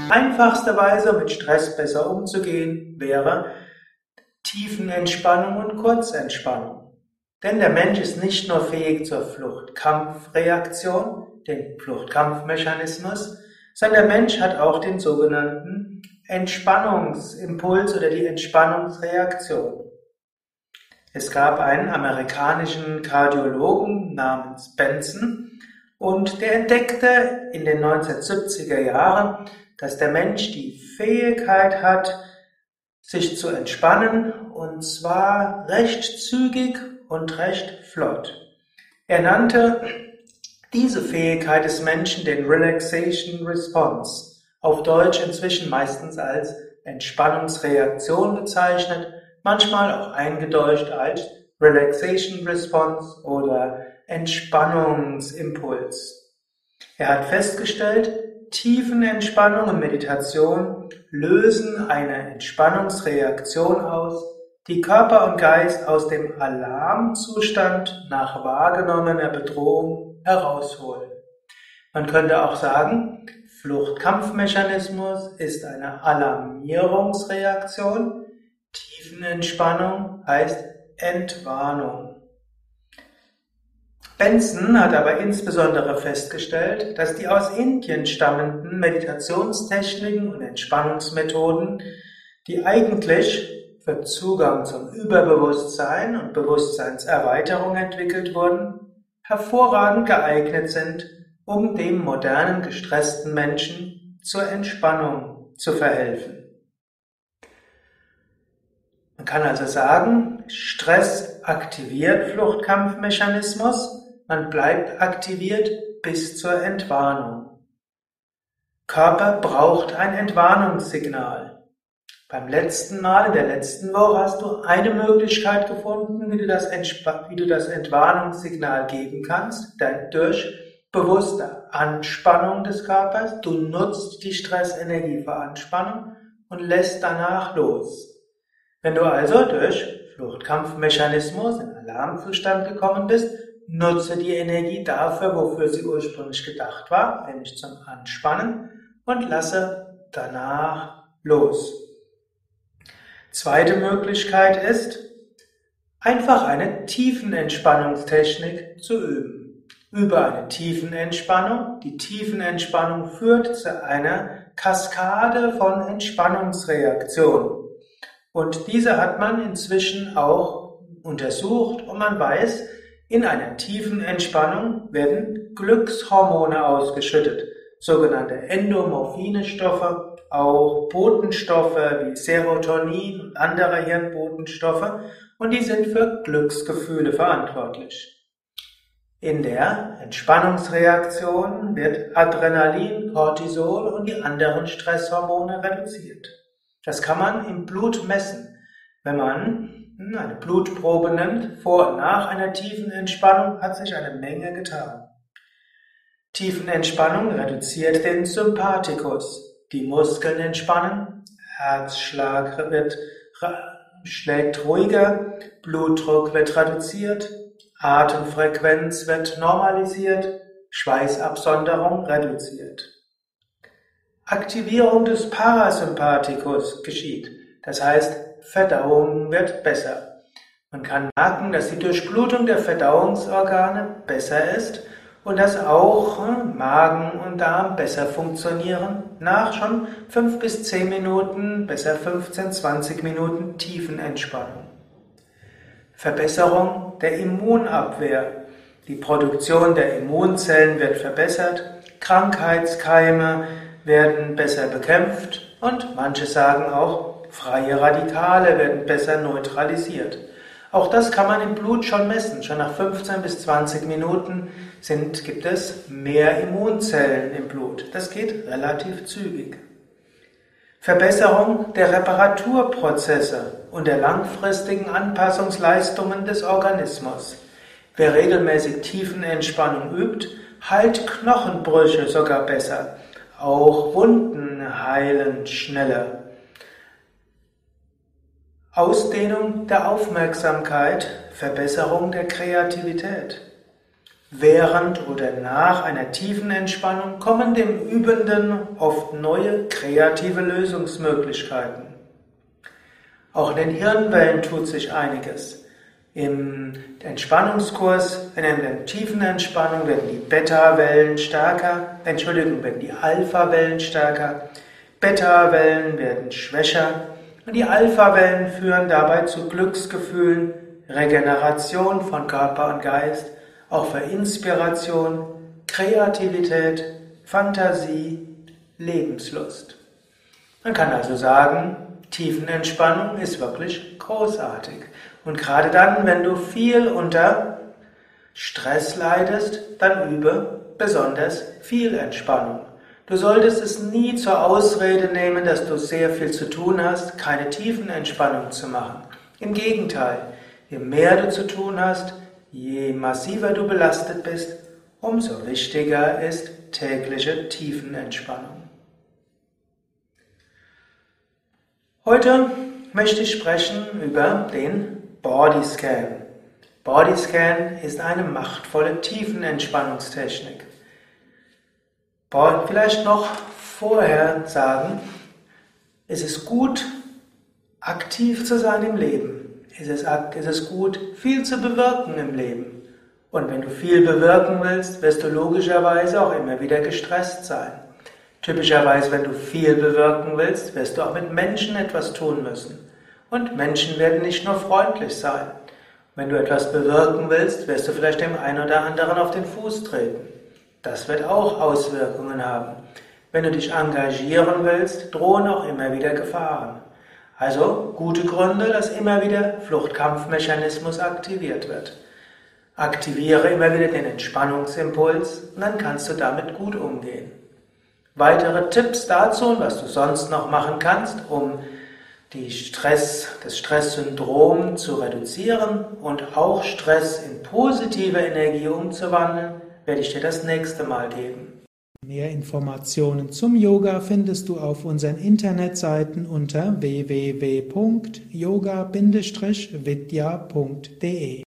einfachste Weise, mit Stress besser umzugehen, wäre Tiefenentspannung und Kurzentspannung. Denn der Mensch ist nicht nur fähig zur Flucht-Kampf-Reaktion, den Flucht-Kampf-Mechanismus, sondern der Mensch hat auch den sogenannten Entspannungsimpuls oder die Entspannungsreaktion. Es gab einen amerikanischen Kardiologen namens Benson und der entdeckte in den 1970er Jahren, dass der Mensch die Fähigkeit hat, sich zu entspannen, und zwar recht zügig und recht flott. Er nannte diese Fähigkeit des Menschen den Relaxation Response, auf Deutsch inzwischen meistens als Entspannungsreaktion bezeichnet, manchmal auch eingedeutscht als Relaxation Response oder Entspannungsimpuls. Er hat festgestellt, Tiefenentspannung und Meditation lösen eine Entspannungsreaktion aus, die Körper und Geist aus dem Alarmzustand nach wahrgenommener Bedrohung herausholen. Man könnte auch sagen, Flucht-Kampf-Mechanismus ist eine Alarmierungsreaktion, Tiefenentspannung heißt Entwarnung. Benson hat aber insbesondere festgestellt, dass die aus Indien stammenden Meditationstechniken und Entspannungsmethoden, die eigentlich für Zugang zum Überbewusstsein und Bewusstseinserweiterung entwickelt wurden, hervorragend geeignet sind, um dem modernen, gestressten Menschen zur Entspannung zu verhelfen. Man kann also sagen, Stress aktiviert Fluchtkampfmechanismus, man bleibt aktiviert bis zur Entwarnung. Körper braucht ein Entwarnungssignal. Beim letzten Mal, in der letzten Woche, hast du eine Möglichkeit gefunden, wie du das Entwarnungssignal geben kannst, durch bewusste Anspannung des Körpers. Du nutzt die Stressenergie für Anspannung und lässt danach los. Wenn du also durch Fluchtkampfmechanismus in Alarmzustand gekommen bist, nutze die Energie dafür, wofür sie ursprünglich gedacht war, nämlich zum Anspannen, und lasse danach los. Zweite Möglichkeit ist, einfach eine Tiefenentspannungstechnik zu üben. Über eine Tiefenentspannung. Die Tiefenentspannung führt zu einer Kaskade von Entspannungsreaktionen. Und diese hat man inzwischen auch untersucht und man weiß, in einer tiefen Entspannung werden Glückshormone ausgeschüttet, sogenannte endomorphine Stoffe, auch Botenstoffe wie Serotonin und andere Hirnbotenstoffe, und die sind für Glücksgefühle verantwortlich. In der Entspannungsreaktion wird Adrenalin, Cortisol und die anderen Stresshormone reduziert. Das kann man im Blut messen. Wenn man eine Blutprobe nimmt, vor und nach einer tiefen Entspannung, hat sich eine Menge getan. Tiefenentspannung reduziert den Sympathikus. Die Muskeln entspannen, Herzschlag schlägt ruhiger, Blutdruck wird reduziert, Atemfrequenz wird normalisiert, Schweißabsonderung reduziert. Aktivierung des Parasympathikus geschieht, das heißt, Verdauung wird besser. Man kann merken, dass die Durchblutung der Verdauungsorgane besser ist und dass auch Magen und Darm besser funktionieren nach schon 5 bis 10 Minuten, besser 15, 20 Minuten Tiefenentspannung. Verbesserung der Immunabwehr. Die Produktion der Immunzellen wird verbessert, Krankheitskeime werden besser bekämpft und manche sagen auch, freie Radikale werden besser neutralisiert. Auch das kann man im Blut schon messen. Schon nach 15 bis 20 Minuten gibt es mehr Immunzellen im Blut. Das geht relativ zügig. Verbesserung der Reparaturprozesse und der langfristigen Anpassungsleistungen des Organismus. Wer regelmäßig Tiefenentspannung übt, heilt Knochenbrüche sogar besser. Auch Wunden heilen schneller. Ausdehnung der Aufmerksamkeit, Verbesserung der Kreativität. Während oder nach einer tiefen Entspannung kommen dem Übenden oft neue kreative Lösungsmöglichkeiten. Auch in den Hirnwellen tut sich einiges. Im Entspannungskurs, in der tiefen Entspannung werden die Beta-Wellen stärker, werden die Alpha-Wellen stärker, Beta-Wellen werden schwächer und die Alpha-Wellen führen dabei zu Glücksgefühlen, Regeneration von Körper und Geist, auch für Inspiration, Kreativität, Fantasie, Lebenslust. Man kann also sagen, Tiefenentspannung ist wirklich großartig. Und gerade dann, wenn du viel unter Stress leidest, dann übe besonders viel Entspannung. Du solltest es nie zur Ausrede nehmen, dass du sehr viel zu tun hast, keine Tiefenentspannung zu machen. Im Gegenteil, je mehr du zu tun hast, je massiver du belastet bist, umso wichtiger ist tägliche Tiefenentspannung. Heute möchte ich sprechen über den Bodyscan. Bodyscan ist eine machtvolle Tiefenentspannungstechnik. Vielleicht noch vorher sagen, es ist gut, aktiv zu sein im Leben. Es ist gut, viel zu bewirken im Leben. Und wenn du viel bewirken willst, wirst du logischerweise auch immer wieder gestresst sein. Typischerweise, wenn du viel bewirken willst, wirst du auch mit Menschen etwas tun müssen. Und Menschen werden nicht nur freundlich sein. Wenn du etwas bewirken willst, wirst du vielleicht dem einen oder anderen auf den Fuß treten. Das wird auch Auswirkungen haben. Wenn du dich engagieren willst, drohen auch immer wieder Gefahren. Also gute Gründe, dass immer wieder Fluchtkampfmechanismus aktiviert wird. Aktiviere immer wieder den Entspannungsimpuls und dann kannst du damit gut umgehen. Weitere Tipps dazu und was du sonst noch machen kannst, um das Stresssyndrom zu reduzieren und auch Stress in positive Energie umzuwandeln, werde ich dir das nächste Mal geben. Mehr Informationen zum Yoga findest du auf unseren Internetseiten unter www.yoga-vidya.de